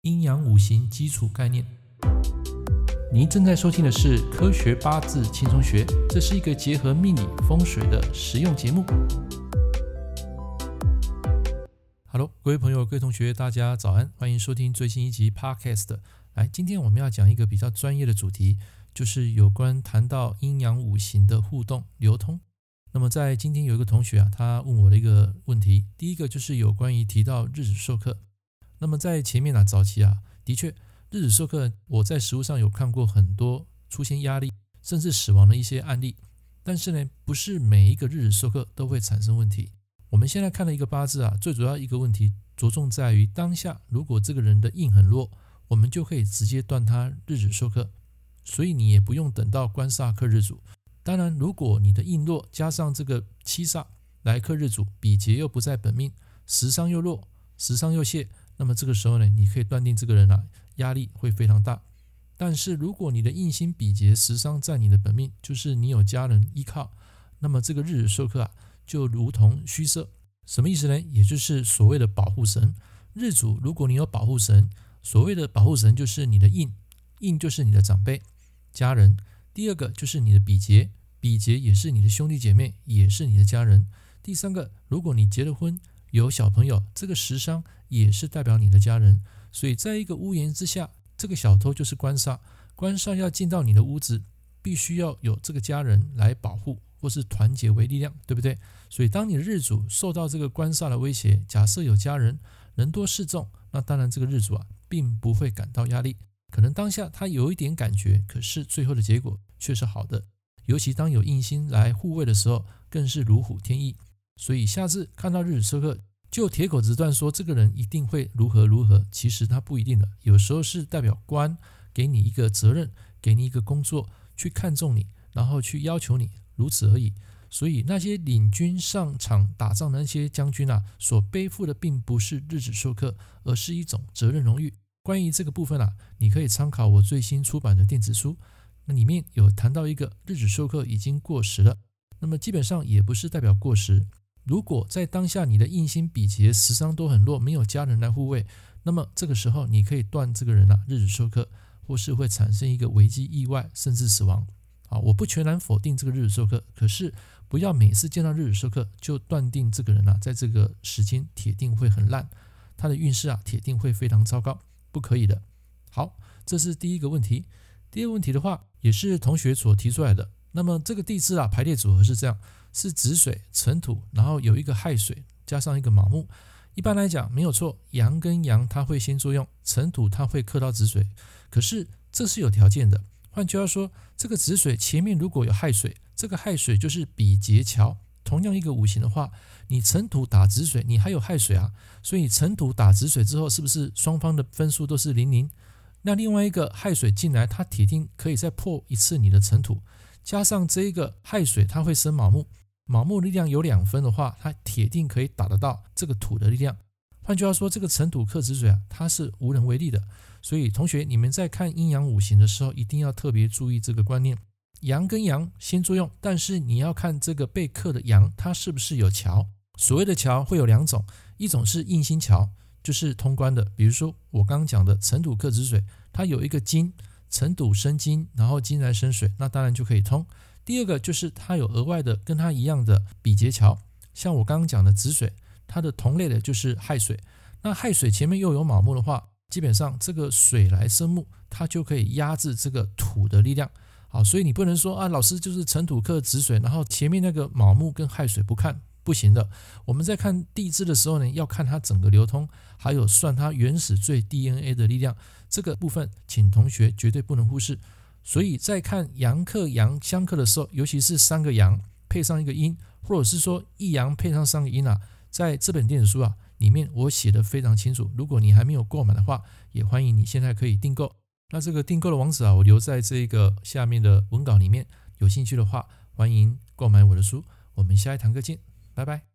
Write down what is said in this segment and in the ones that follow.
阴阳五行基础概念。您正在收听的是科学八字轻松学，这是一个结合命理风水的实用节目。Hello， 各位朋友、各位同学，大家早安，欢迎收听最新一集 Podcast。今天我们要讲一个比较专业的主题，就是有关谈到阴阳五行的互动流通。那么在今天有一个同学他问我的一个问题，第一个就是有关于提到日子授课。那么在前面早期的确日子授课我在实务上有看过很多出现压力甚至死亡的一些案例，但是呢，不是每一个日子授课都会产生问题。我们现在看了一个八字最主要一个问题着重在于当下，如果这个人的印很弱，我们就可以直接断他日子授课，所以你也不用等到官煞克日主。当然，如果你的印弱加上这个七煞来克日主，比劫又不在本命，时伤又弱，时伤又泄，那么这个时候呢，你可以断定这个人压力会非常大。但是如果你的印星比劫时伤在你的本命，就是你有家人依靠，那么这个日子授课就如同虚设。什么意思呢？也就是所谓的保护神。日主如果你有保护神，所谓的保护神就是你的印就是你的长辈家人，第二个就是你的比劫，比劫也是你的兄弟姐妹，也是你的家人。第三个，如果你结了婚有小朋友，这个时伤也是代表你的家人。所以在一个屋檐之下，这个小偷就是官煞，官煞要进到你的屋子，必须要有这个家人来保护或是团结为力量，对不对？所以当你的日主受到这个官煞的威胁，假设有家人人多势众，那当然这个日主并不会感到压力，可能当下他有一点感觉，可是最后的结果却是好的。尤其当有印星来护卫的时候，更是如虎添翼。所以下次看到日子授课，就铁口直断说这个人一定会如何如何，其实他不一定的。有时候是代表官给你一个责任，给你一个工作，去看重你，然后去要求你，如此而已。所以那些领军上场打仗的那些将军所背负的并不是日子授课，而是一种责任荣誉。关于这个部分你可以参考我最新出版的电子书，那里面有谈到一个日子授课已经过时了，那么基本上也不是代表过时。如果在当下你的印星比劫时伤都很弱，没有家人来护卫，那么这个时候你可以断这个人日子授课，或是会产生一个危机意外甚至死亡。我不全然否定这个日子授课，可是不要每次见到日子授课就断定这个人在这个时间铁定会很烂，他的运势铁定会非常糟糕，不可以的。好，这是第一个问题。第二个问题的话，也是同学所提出来的。那么这个地支排列组合是这样，是子水、辰土，然后有一个亥水，加上一个卯木。一般来讲没有错，阳跟阳它会先作用，辰土它会克到子水，可是这是有条件的。换句话说，这个子水前面如果有亥水，这个亥水就是比劫桥。同样一个五行的话，你辰土打子水，你还有亥水所以辰土打子水之后，是不是双方的分数都是0-0？那另外一个亥水进来，它铁定可以再破一次你的辰土，加上这一个亥水它会生卯木，卯木力量有2分的话，它铁定可以打得到这个土的力量。换句话说，这个辰土克子水它是无能为力的。所以同学，你们在看阴阳五行的时候，一定要特别注意这个观念。阳跟阳先作用，但是你要看这个被克的阳它是不是有桥。所谓的桥会有2种，一种是印星桥，就是通关的，比如说我刚刚讲的辰土克子水，它有一个金，辰土生金，然后金来生水，那当然就可以通。第二个就是它有额外的跟它一样的比劫桥，像我刚刚讲的子水，它的同类的就是亥水。那亥水前面又有卯木的话，基本上这个水来生木，它就可以压制这个土的力量。好，所以你不能说老师就是辰土克子水，然后前面那个卯木跟亥水不看，不行的。我们在看地支的时候呢，要看它整个流通，还有算它原始最 DNA 的力量，这个部分请同学绝对不能忽视。所以在看阳克阳相克的时候，尤其是3个阳配上一个阴，或者是说一阳配上3个阴在这本电子书里面我写得非常清楚。如果你还没有购买的话，也欢迎你现在可以订购。那这个订购的网址我留在这个下面的文稿里面，有兴趣的话欢迎购买我的书。我们下一堂课见，拜拜。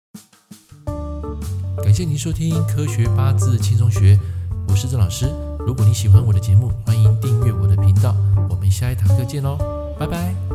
感谢您收听科学八字轻松学，我是郑老师。如果你喜欢我的节目，欢迎订阅我的频道。我们下一堂课见咯，拜拜。